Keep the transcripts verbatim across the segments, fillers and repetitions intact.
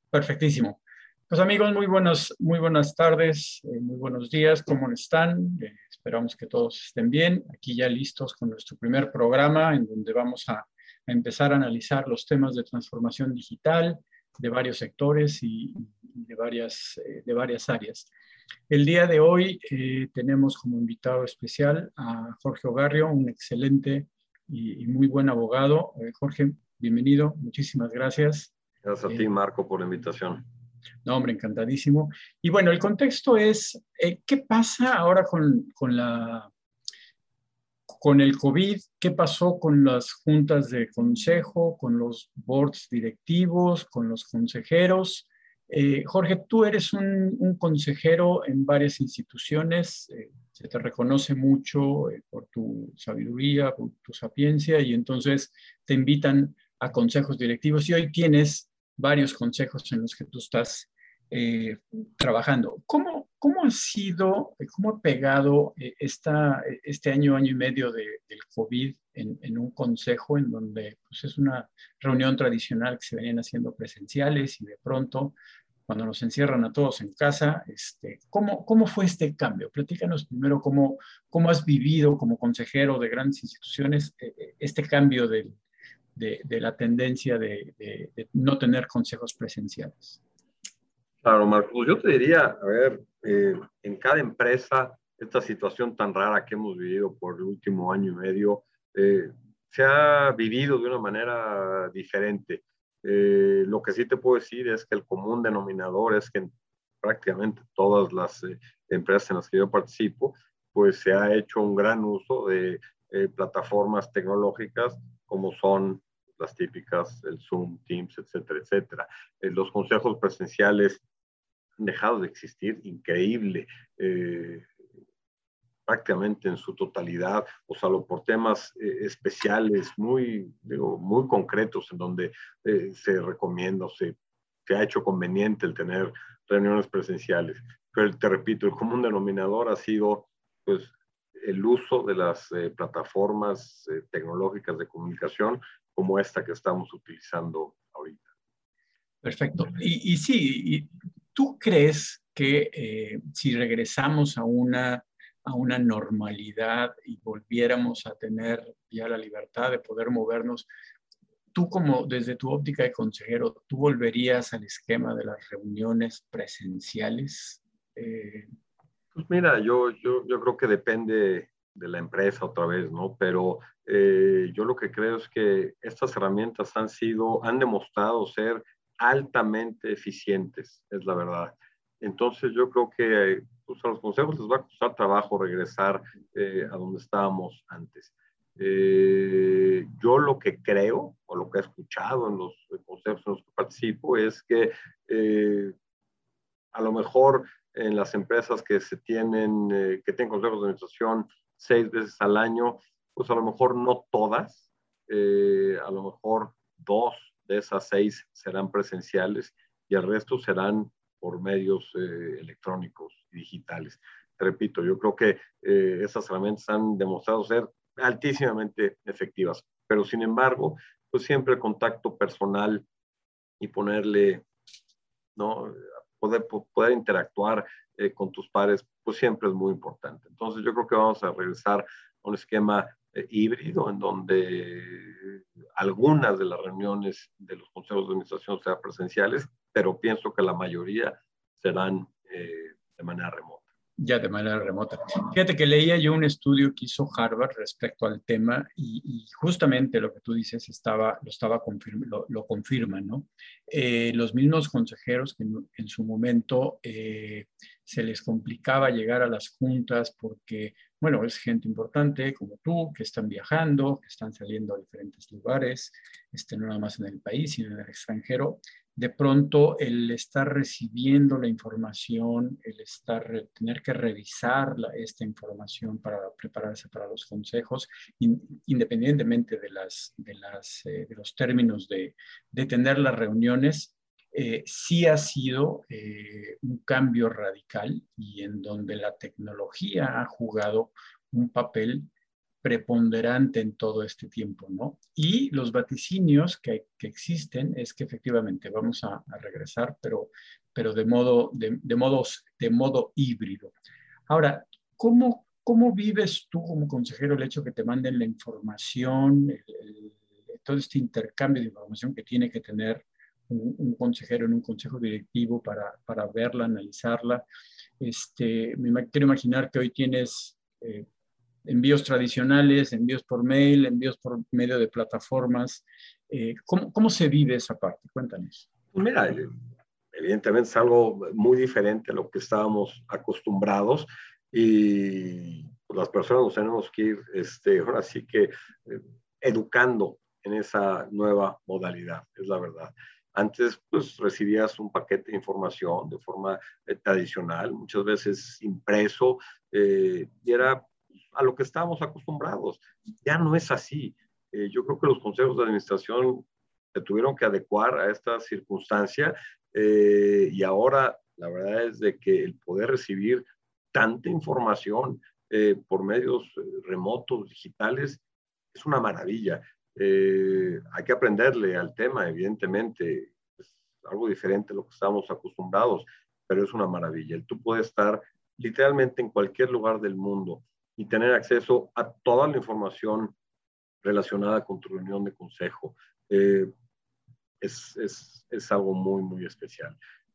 Perfectísimo. Pues amigos, muy buenas, muy buenas tardes, eh, muy buenos días, ¿cómo están? Eh, esperamos que todos estén bien. Aquí ya listos con nuestro primer programa en donde vamos a, a empezar a analizar los temas de transformación digital de varios sectores y, y de varias, eh, de varias áreas. El día de hoy eh, tenemos como invitado especial a Jorge Ogarrio, un excelente y, y muy buen abogado. Eh, Jorge, bienvenido, muchísimas gracias. Gracias a Eh, ti, Marco, por la invitación. no, hombre, encantadísimo. Y bueno, el contexto es, eh, ¿qué pasa ahora con, con la, con el COVID? ¿Qué pasó con las juntas de consejo, con los boards directivos, con los consejeros? Eh, Jorge, tú eres un, un consejero en varias instituciones, eh, se te reconoce mucho eh, por tu sabiduría, por tu sapiencia, y entonces te invitan a consejos directivos y hoy tienes varios consejos en los que tú estás eh, trabajando. ¿Cómo, cómo ha sido, eh, cómo ha pegado eh, esta, este año, año y medio de, del COVID en, en, un consejo en donde pues, es una reunión tradicional que se venían haciendo presenciales y de pronto, cuando nos encierran a todos en casa, este, ¿cómo, cómo fue este cambio? Platícanos primero cómo, cómo has vivido como consejero de grandes instituciones eh, este cambio del, de, de, la tendencia de, de, de no tener consejos presenciales. Claro, Marcos, yo te diría, a ver, eh, en cada empresa, esta situación tan rara que hemos vivido por el último año y medio, eh, se ha vivido de una manera diferente. Eh, lo que sí te puedo decir es que el común denominador es que en prácticamente todas las eh, empresas en las que yo participo, pues se ha hecho un gran uso de eh, plataformas tecnológicas como son las típicas, el Zoom, Teams, etcétera, etcétera. Eh, los consejos presenciales han dejado de existir, increíble, eh, prácticamente en su totalidad, o sea, por temas eh, especiales muy, digo, muy concretos en donde eh, se recomienda o se, se ha hecho conveniente el tener reuniones presenciales. Pero te repito, el común denominador ha sido pues, el uso de las eh, plataformas eh, tecnológicas de comunicación como esta que estamos utilizando ahorita. Perfecto. Y, y sí, y ¿tú crees que eh, si regresamos a una, a una normalidad y volviéramos a tener ya la libertad de poder movernos, tú como desde tu óptica de consejero, ¿tú volverías al esquema de las reuniones presenciales? Eh, Pues mira, yo, yo, yo creo que depende de la empresa otra vez, ¿no? Pero eh, yo lo que creo es que estas herramientas han sido, han demostrado ser altamente eficientes, es la verdad. Entonces yo creo que pues, a los consejos les va a costar trabajo regresar eh, a donde estábamos antes. Eh, yo lo que creo, o lo que he escuchado en los consejos en los que participo, es que eh, a lo mejor en las empresas que se tienen, eh, que tienen consejos de administración seis veces al año, pues a lo mejor no todas, eh, a lo mejor dos de esas seis serán presenciales y el resto serán por medios eh, electrónicos y digitales. Te repito, yo creo que eh, esas herramientas han demostrado ser altísimamente efectivas, pero sin embargo, pues siempre el contacto personal y ponerle, ¿no? Poder, poder interactuar eh, con tus pares, pues siempre es muy importante. Entonces yo creo que vamos a regresar a un esquema eh, híbrido en donde algunas de las reuniones de los consejos de administración sean presenciales, pero pienso que la mayoría serán eh, de manera remota. Ya de manera remota. Fíjate que leía yo un estudio que hizo Harvard respecto al tema y, y justamente lo que tú dices estaba, lo, estaba confirma, lo, lo confirma, ¿no? Eh, los mismos consejeros que en, en su momento eh, se les complicaba llegar a las juntas porque, bueno, es gente importante como tú, que están viajando, que están saliendo a diferentes lugares, este, no nada más en el país, sino en el extranjero. De pronto el estar recibiendo la información, el estar, tener que revisar la, esta información para prepararse para los consejos, in, independientemente de, las, de, las, eh, de los términos de, de tener las reuniones, eh, sí ha sido eh, un cambio radical y en donde la tecnología ha jugado un papel preponderante en todo este tiempo, ¿no? Y los vaticinios que, que existen es que efectivamente vamos a, a regresar, pero, pero de, modo, de, de, modos, de modo híbrido. Ahora, ¿cómo, ¿cómo vives tú como consejero el hecho que te manden la información, el, el, todo este intercambio de información que tiene que tener un, un consejero en un consejo directivo para, para verla, analizarla? Este, me quiero imaginar que hoy tienes eh, envíos tradicionales, envíos por mail, envíos por medio de plataformas. Eh, ¿cómo, ¿Cómo se vive esa parte? Cuéntanos. Mira, evidentemente es algo muy diferente a lo que estábamos acostumbrados y pues, las personas nos tenemos que ir, este, ahora sí que eh, educando en esa nueva modalidad, es la verdad. Antes, pues, recibías un paquete de información de forma eh, tradicional, muchas veces impreso, eh, y era a lo que estábamos acostumbrados. Ya no es así. Eh, yo creo que los consejos de administración se tuvieron que adecuar a esta circunstancia eh, y ahora la verdad es de que el poder recibir tanta información eh, por medios eh, remotos, digitales, es una maravilla. Eh, hay que aprenderle al tema, evidentemente, es algo diferente a lo que estamos acostumbrados, pero es una maravilla. El tú puedes estar literalmente en cualquier lugar del mundo y tener acceso a toda la información relacionada con tu reunión de consejo. Eh, es, es, es, algo muy, muy especial.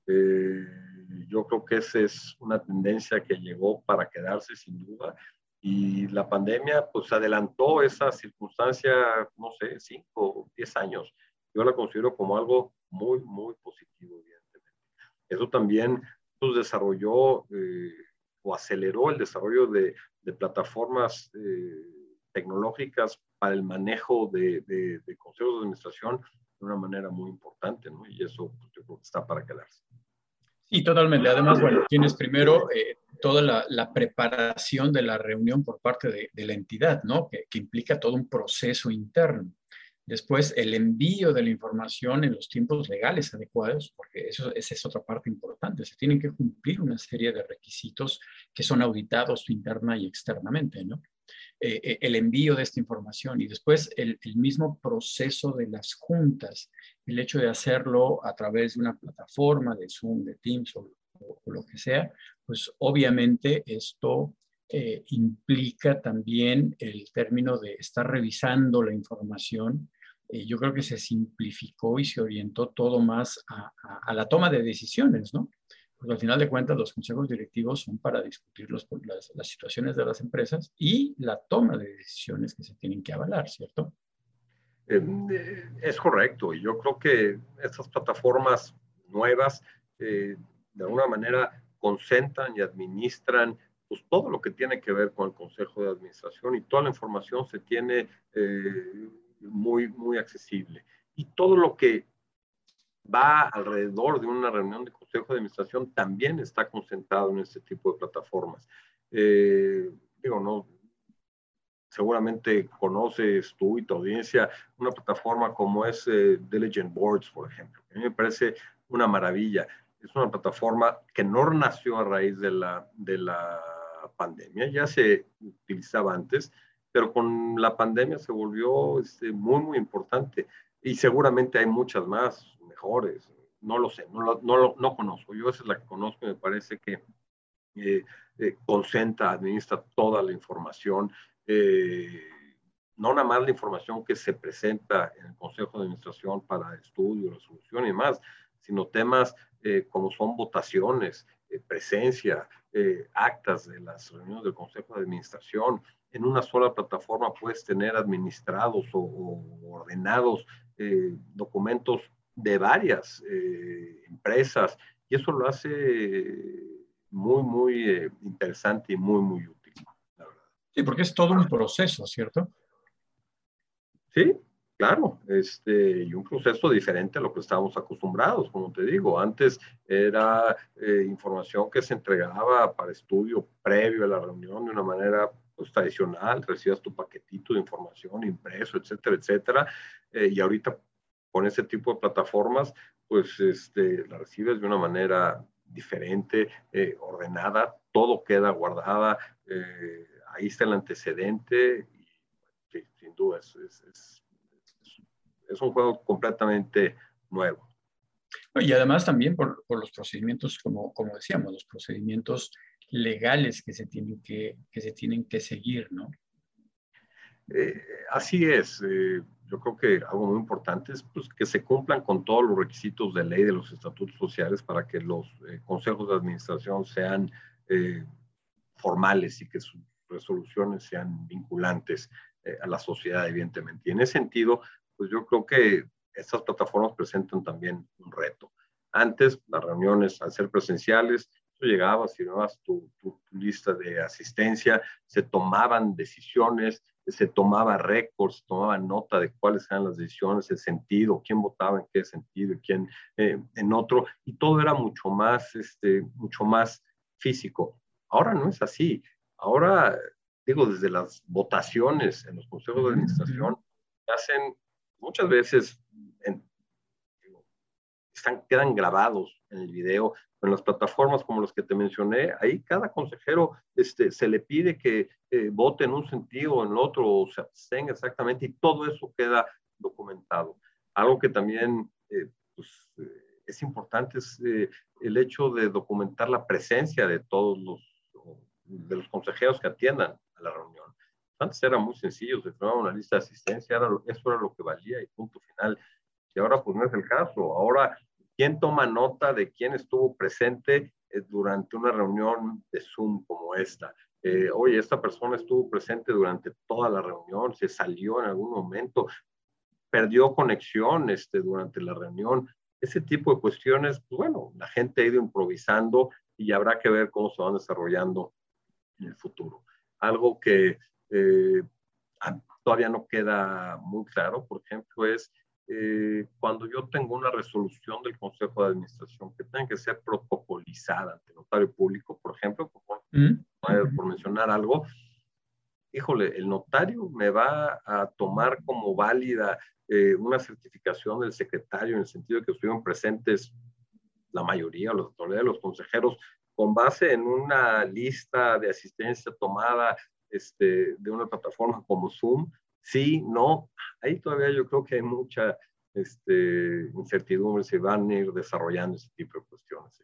Eh, yo creo que esa es una tendencia que llegó para quedarse sin duda y la pandemia pues adelantó esa circunstancia, no sé, cinco o diez años. Yo la considero como algo muy, muy positivo, evidentemente. Eso también pues, desarrolló eh, o aceleró el desarrollo de, de plataformas eh, tecnológicas para el manejo de, de, de consejos de administración de una manera muy importante, ¿no? Y eso pues, yo creo que está para quedarse. Sí, totalmente. Además, bueno, tienes primero eh, toda la, la, preparación de la reunión por parte de, de la entidad, ¿no? Que, que implica todo un proceso interno. Después, el envío de la información en los tiempos legales adecuados, porque eso, esa es otra parte importante. Se tienen que cumplir una serie de requisitos que son auditados interna y externamente, ¿no? Eh, el envío de esta información y después el, el mismo proceso de las juntas, el hecho de hacerlo a través de una plataforma de Zoom, de Teams o, o, o lo que sea, pues obviamente esto eh, implica también el término de estar revisando la información. Eh, yo creo que se simplificó y se orientó todo más a, a, a la toma de decisiones, ¿no? Porque al final de cuentas los consejos directivos son para discutir los, las, las situaciones de las empresas y la toma de decisiones que se tienen que avalar, ¿cierto? Eh, es correcto, y yo creo que estas plataformas nuevas eh, de alguna manera concentran y administran pues, todo lo que tiene que ver con el Consejo de Administración y toda la información se tiene eh, muy, muy accesible. Y todo lo que va alrededor de una reunión de Consejo de Administración también está concentrado en este tipo de plataformas. Eh, digo, no, seguramente conoces tú y tu audiencia una plataforma como es eh, Diligent Boards, por ejemplo. A mí me parece una maravilla. Es una plataforma que no nació a raíz de la, de la pandemia, ya se utilizaba antes, pero con la pandemia se volvió este, muy, muy importante y seguramente hay muchas más mejores. No lo sé, no, lo, no, lo, no conozco. Yo esa es la que conozco y me parece que eh, eh, concentra, administra toda la información. Eh, no nada más la información que se presenta en el Consejo de Administración para estudio, resolución y demás, sino temas eh, como son votaciones, eh, presencia, eh, actas de las reuniones del Consejo de Administración. En una sola plataforma puedes tener administrados o, o ordenados eh, documentos de varias eh, empresas y eso lo hace muy, muy eh, interesante y muy, muy útil, la verdad. Sí, porque es todo un proceso, ¿cierto? Sí, claro, este, y un proceso diferente a lo que estábamos acostumbrados, como te digo. Antes era eh, información que se entregaba para estudio previo a la reunión de una manera pues, tradicional, recibías tu paquetito de información impreso, etcétera, etcétera, eh, y ahorita con ese tipo de plataformas, pues este, la recibes de una manera diferente, eh, ordenada, todo queda guardada, eh, ahí está el antecedente sí, sin duda, es, es, es, es un juego completamente nuevo. Y además también por, por los procedimientos, como, como decíamos, los procedimientos legales que se tienen que, que, se tienen que seguir, ¿no? Eh, así es. Eh, yo creo que algo muy importante es pues, que se cumplan con todos los requisitos de ley de los estatutos sociales para que los eh, consejos de administración sean eh, formales y que sus resoluciones sean vinculantes eh, a la sociedad, evidentemente. Y en ese sentido, pues yo creo que estas plataformas presentan también un reto. Antes, las reuniones, al ser presenciales, tú llegabas y llevabas tu, tu, tu lista de asistencia, se tomaban decisiones, se tomaba récords, se tomaba nota de cuáles eran las decisiones, el sentido, quién votaba en qué sentido y quién eh, en otro, y todo era mucho más, este, mucho más físico. Ahora no es así. Ahora, digo, desde las votaciones en los consejos de administración, se hacen muchas veces, en, digo, están, quedan grabados en el video, en las plataformas como las que te mencioné, ahí cada consejero este, se le pide que eh, vote en un sentido o en otro, o se abstenga exactamente, y todo eso queda documentado. Algo que también eh, pues, eh, es importante es eh, el hecho de documentar la presencia de todos los, de los consejeros que atiendan a la reunión. Antes era muy sencillo, se formaba una lista de asistencia, era, eso era lo que valía y punto final. Y ahora pues no es el caso. Ahora, ¿quién toma nota de quién estuvo presente eh, durante una reunión de Zoom como esta? Eh, oye, esta persona estuvo presente durante toda la reunión, se salió en algún momento, perdió conexión este, durante la reunión. Ese tipo de cuestiones, pues bueno, la gente ha ido improvisando y habrá que ver cómo se van desarrollando en el futuro. Algo que eh, todavía no queda muy claro, por ejemplo, es eh, cuando yo tengo una resolución del Consejo de Administración que tenga que ser protocolizada ante notario público, por ejemplo, por, Mm-hmm. por mencionar algo, híjole, el notario me va a tomar como válida eh, una certificación del secretario en el sentido de que estuvieron presentes la mayoría, la totalidad de los consejeros, con base en una lista de asistencia tomada este, de una plataforma como Zoom. Sí, no, ahí todavía yo creo que hay mucha este, incertidumbre, se van a ir desarrollando ese tipo de cuestiones.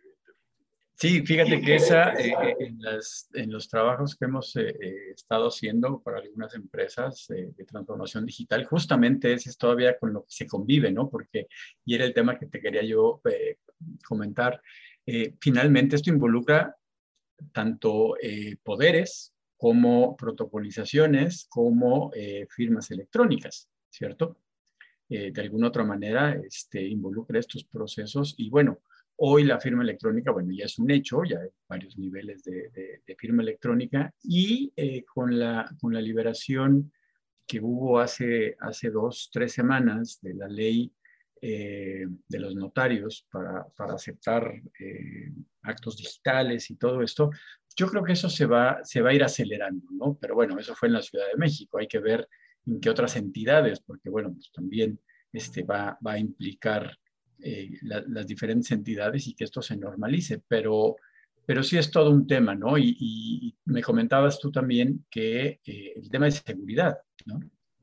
Sí, fíjate que esa, eh, en, las, en los trabajos que hemos eh, eh, estado haciendo para algunas empresas eh, de transformación digital, justamente ese es todavía con lo que se convive, ¿no? Porque, y era el tema que te quería yo eh, comentar, eh, finalmente esto involucra tanto eh, poderes como protocolizaciones, como eh, firmas electrónicas, ¿cierto? Eh, de alguna otra manera este, involucra estos procesos y bueno, hoy la firma electrónica, bueno, ya es un hecho, ya hay varios niveles de, de, de firma electrónica y eh, con, la, con la liberación que hubo hace, hace dos, tres semanas de la ley eh, de los notarios para, para aceptar eh, actos digitales y todo esto, yo creo que eso se va, se va a ir acelerando, ¿no? Pero bueno, eso fue en la Ciudad de México, hay que ver en qué otras entidades, porque bueno, pues también este, va, va a implicar eh, la, las diferentes entidades y que esto se normalice, pero, pero sí es todo un tema, ¿no? Y, y me comentabas tú también que eh, el tema de seguridad, ¿no?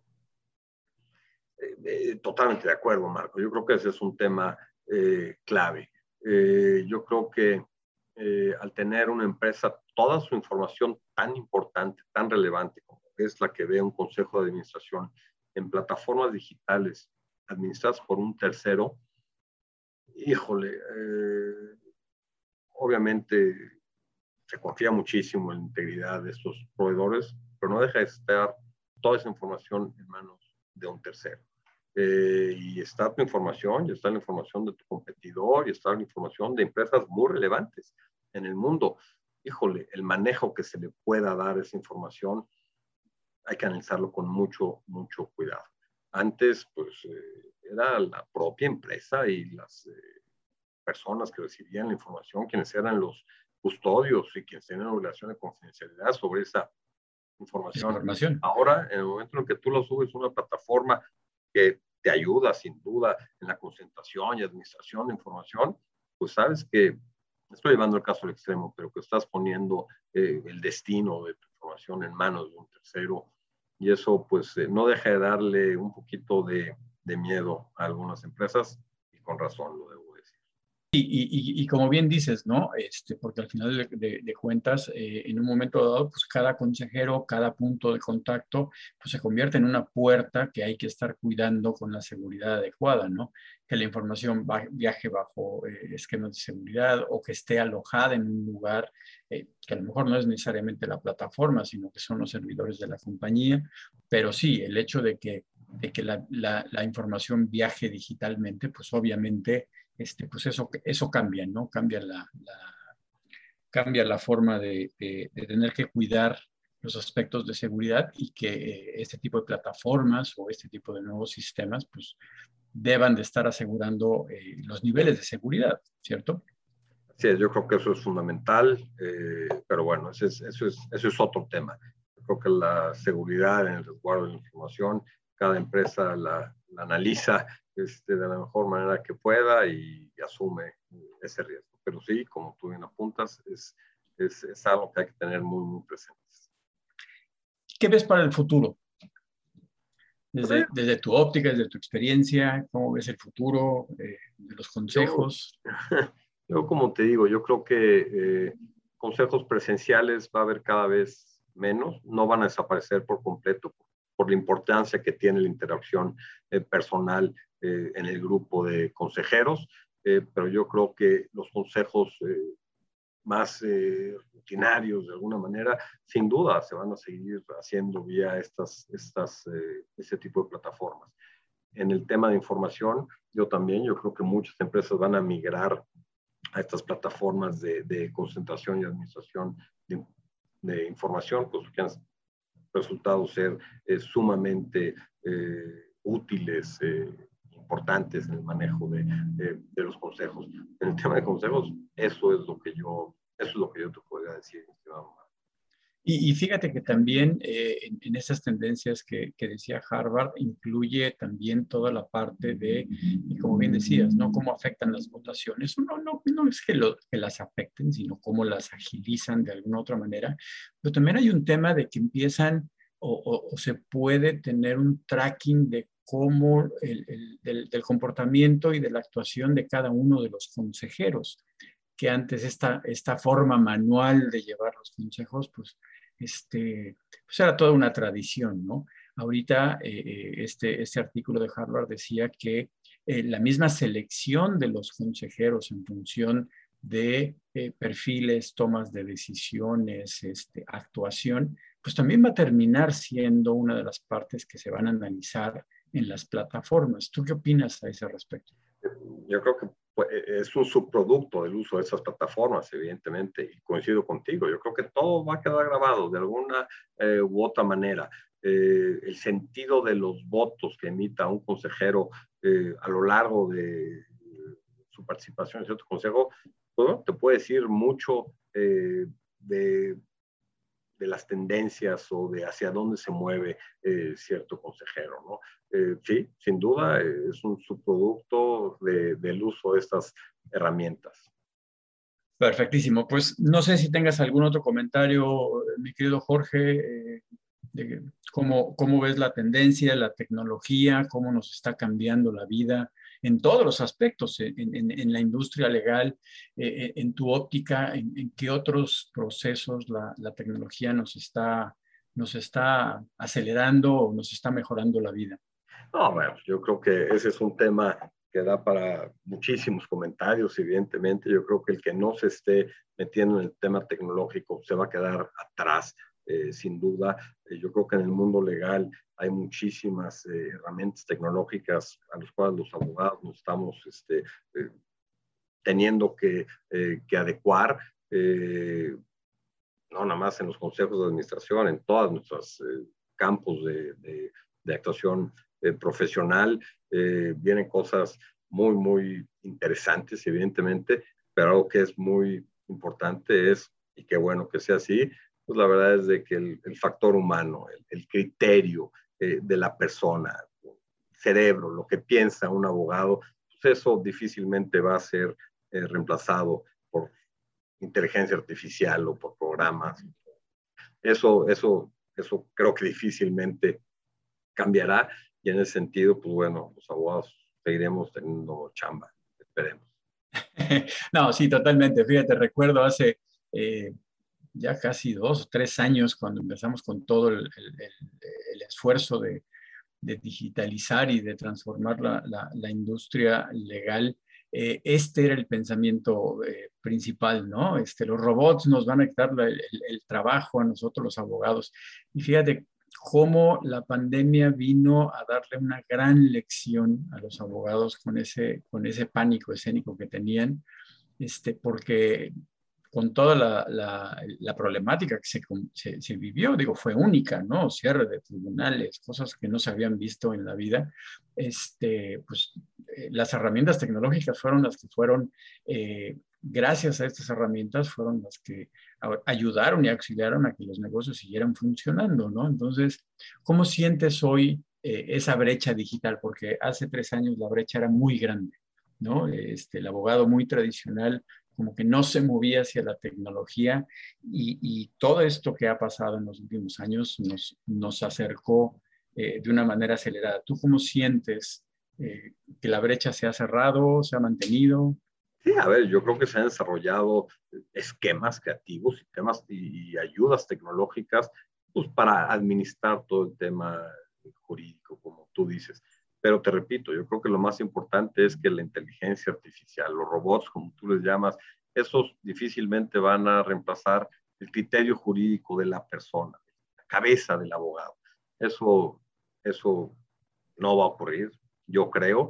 Eh, eh, totalmente de acuerdo, Marco. Yo creo que ese es un tema eh, clave. Eh, yo creo que eh, al tener una empresa toda su información tan importante, tan relevante como es la que ve un consejo de administración en plataformas digitales administradas por un tercero, híjole, eh, obviamente se confía muchísimo en la integridad de estos proveedores, pero no deja de estar toda esa información en manos de un tercero. Eh, y está tu información, y está la información de tu competidor, y está la información de empresas muy relevantes en el mundo. Híjole, el manejo que se le pueda dar a esa información hay que analizarlo con mucho, mucho cuidado. Antes, pues, eh, era la propia empresa y las eh, personas que recibían la información quienes eran los custodios y quienes tenían obligación de confidencialidad sobre esa información. Información. Ahora, en el momento en que tú lo subes a una plataforma que te ayuda sin duda en la concentración y administración de información, pues sabes que, estoy llevando el caso al extremo, pero que estás poniendo eh, el destino de tu información en manos de un tercero, y eso pues eh, no deja de darle un poquito de, de miedo a algunas empresas, y con razón lo debo decir. Y, y, y como bien dices, ¿no? Este, porque al final de, de, de cuentas, eh, en un momento dado, pues cada consejero, cada punto de contacto, pues se convierte en una puerta que hay que estar cuidando con la seguridad adecuada, ¿no? Que la información va, viaje bajo eh, esquemas de seguridad o que esté alojada en un lugar eh, que a lo mejor no es necesariamente la plataforma, sino que son los servidores de la compañía. Pero sí, el hecho de que, de que la, la, la información viaje digitalmente, pues obviamente este, pues eso, eso cambia, ¿no? Cambia la, la cambia la forma de, de, de, tener que cuidar los aspectos de seguridad y que eh, este tipo de plataformas o este tipo de nuevos sistemas, pues, deban de estar asegurando eh, los niveles de seguridad, ¿cierto? Sí, yo creo que eso es fundamental, eh, pero bueno, ese es, eso, es, eso es otro tema. Yo creo que la seguridad en el resguardo de la información, cada empresa la, la analiza este, de la mejor manera que pueda y, y asume ese riesgo. Pero sí, como tú bien apuntas, es, es, es algo que hay que tener muy, muy presentes. ¿Qué ves para el futuro? Desde, desde tu óptica, desde tu experiencia, ¿cómo ves el futuro eh, de los Yo, consejos? yo, como te digo, yo creo que eh, consejos presenciales va a haber cada vez menos, no van a desaparecer por completo por, por la importancia que tiene la interacción eh, personal eh, en el grupo de consejeros, eh, pero yo creo que los consejos eh, más eh, rutinarios de alguna manera, sin duda se van a seguir haciendo vía estas, estas, eh, este tipo de plataformas. En el tema de información, yo también, yo creo que muchas empresas van a migrar a estas plataformas de, de concentración y administración de, de información, pues que han resultado ser eh, sumamente eh, útiles, eh, importantes en el manejo de, de, de, los consejos. En el tema de consejos, eso es lo que yo, eso es lo que yo te podría decir, estimado Omar. Y, y fíjate que también eh, en, en, esas tendencias que, que, decía Harvard, incluye también toda la parte de, y como bien decías, ¿no? Cómo afectan las votaciones. No, no, no es que, lo, que las afecten, sino cómo las agilizan de alguna otra manera. Pero también hay un tema de que empiezan o, o, o se puede tener un tracking de cómo el, el, del, del comportamiento y de la actuación de cada uno de los consejeros, que antes esta, esta forma manual de llevar los consejos, pues, este, pues era toda una tradición, ¿no? Ahorita eh, este, este artículo de Harvard decía que eh, la misma selección de los consejeros en función de eh, perfiles, tomas de decisiones, este, actuación, pues también va a terminar siendo una de las partes que se van a analizar en las plataformas. ¿Tú qué opinas a ese respecto? Yo creo que pues, es un subproducto del uso de esas plataformas, evidentemente, y coincido contigo. Yo creo que todo va a quedar grabado de alguna eh, u otra manera. Eh, el sentido de los votos que emita un consejero eh, a lo largo de su participación en cierto consejo, pues, te puede decir mucho eh, de de las tendencias o de hacia dónde se mueve eh, cierto consejero, ¿no? Eh, sí, sin duda eh, es un subproducto de, del uso de estas herramientas. Perfectísimo. Pues no sé si tengas algún otro comentario, mi querido Jorge, eh, de cómo, cómo ves la tendencia, la tecnología, cómo nos está cambiando la vida en todos los aspectos, en, en, en la industria legal, eh, en tu óptica, en, en qué otros procesos la, la tecnología nos está, nos está acelerando o nos está mejorando la vida. No, bueno, yo creo que ese es un tema que da para muchísimos comentarios, evidentemente. Yo creo que el que no se esté metiendo en el tema tecnológico se va a quedar atrás, eh, sin duda. Eh, yo creo que en el mundo legal hay muchísimas eh, herramientas tecnológicas a las cuales los abogados nos estamos este, eh, teniendo que, eh, que adecuar. Eh, no nada más en los consejos de administración, en todos nuestros eh, campos de, de, de actuación eh, profesional, eh, vienen cosas muy, muy interesantes, evidentemente, pero algo que es muy importante es, y qué bueno que sea así, pues la verdad es de que el, el factor humano, el, el criterio eh, de la persona, el cerebro, lo que piensa un abogado, pues eso difícilmente va a ser eh, reemplazado por inteligencia artificial o por programas. Eso, eso eso creo que difícilmente cambiará. Y en ese sentido, pues bueno, los abogados seguiremos teniendo chamba, esperemos. No, sí, totalmente. Fíjate, recuerdo hace eh, ya casi dos o tres años cuando empezamos con todo el, el, el, el esfuerzo de, de digitalizar y de transformar la, la, la industria legal. Eh, este era el pensamiento eh, principal, ¿no? Este, los robots nos van a quitar el, el, el trabajo a nosotros los abogados. Y fíjate cómo la pandemia vino a darle una gran lección a los abogados con ese, con ese pánico escénico que tenían, este, porque con toda la, la, la problemática que se, se, se, vivió, digo, fue única, ¿no? Cierre de tribunales, cosas que no se habían visto en la vida, este, pues eh, las herramientas tecnológicas fueron las que fueron, eh, gracias a estas herramientas, fueron las que ayudaron y auxiliaron a que los negocios siguieran funcionando, ¿no? Entonces, ¿cómo sientes hoy eh, esa brecha digital? Porque hace tres años la brecha era muy grande, ¿no? Este, el abogado muy tradicional como que no se movía hacia la tecnología y, y todo esto que ha pasado en los últimos años nos, nos acercó eh, de una manera acelerada. ¿Tú cómo sientes eh, que la brecha se ha cerrado, se ha mantenido? Sí, a ver, yo creo que se han desarrollado esquemas creativos, sistemas y, y ayudas tecnológicas pues, para administrar todo el tema jurídico, como tú dices. Pero te repito, yo creo que lo más importante es que la inteligencia artificial, los robots, como tú les llamas, esos difícilmente van a reemplazar el criterio jurídico de la persona, la cabeza del abogado. Eso, eso no va a ocurrir, yo creo.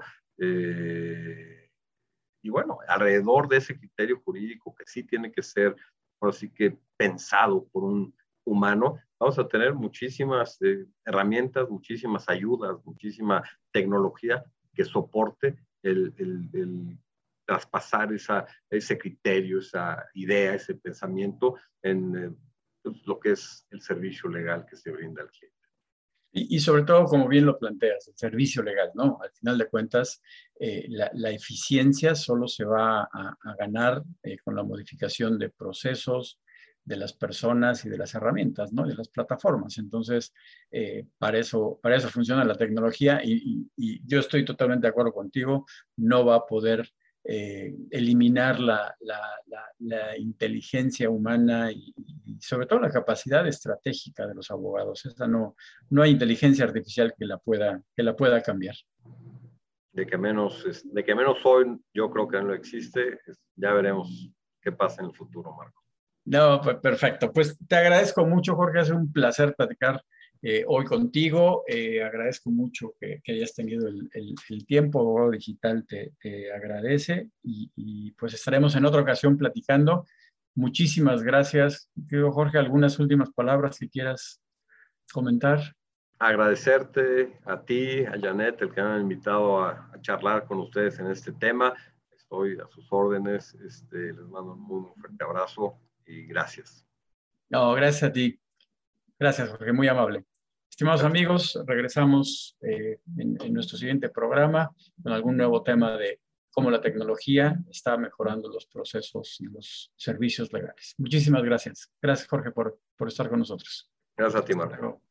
Eh, y bueno, alrededor de ese criterio jurídico que sí tiene que ser, por así que pensado por un humano, vamos a tener muchísimas eh, herramientas, muchísimas ayudas, muchísima tecnología que soporte el, el, el traspasar esa, ese criterio, esa idea, ese pensamiento en eh, pues, lo que es el servicio legal que se brinda al cliente. Y, y sobre todo, como bien lo planteas, el servicio legal, ¿no? Al final de cuentas, eh, la, la, eficiencia solo se va a, a ganar eh, con la modificación de procesos, de las personas y de las herramientas, ¿no? De las plataformas. Entonces, eh, para, eso, para eso funciona la tecnología y, y, y yo estoy totalmente de acuerdo contigo, no va a poder eh, eliminar la, la, la, la inteligencia humana y, y sobre todo la capacidad estratégica de los abogados. Esa no, no hay inteligencia artificial que la pueda, que la pueda cambiar. De que menos, de que menos hoy yo creo que no existe, ya veremos qué pasa en el futuro, Marco. No, pues perfecto. Pues te agradezco mucho, Jorge. Es un placer platicar eh, hoy contigo. Eh, agradezco mucho que, que hayas tenido el, el, el tiempo. Abogado Digital te, te agradece y, y pues estaremos en otra ocasión platicando. Muchísimas gracias. Querido Jorge, ¿algunas últimas palabras que quieras comentar? Agradecerte a ti, a Janet, el que me han invitado a, a charlar con ustedes en este tema. Estoy a sus órdenes. Este, les mando un muy, muy fuerte abrazo y gracias. No, gracias a ti. Gracias, Jorge, muy amable. Estimados Perfecto. amigos, regresamos eh, en, en nuestro siguiente programa con algún nuevo tema de cómo la tecnología está mejorando los procesos y los servicios legales. Muchísimas gracias. Gracias, Jorge, por, por estar con nosotros. Gracias a ti, Marco.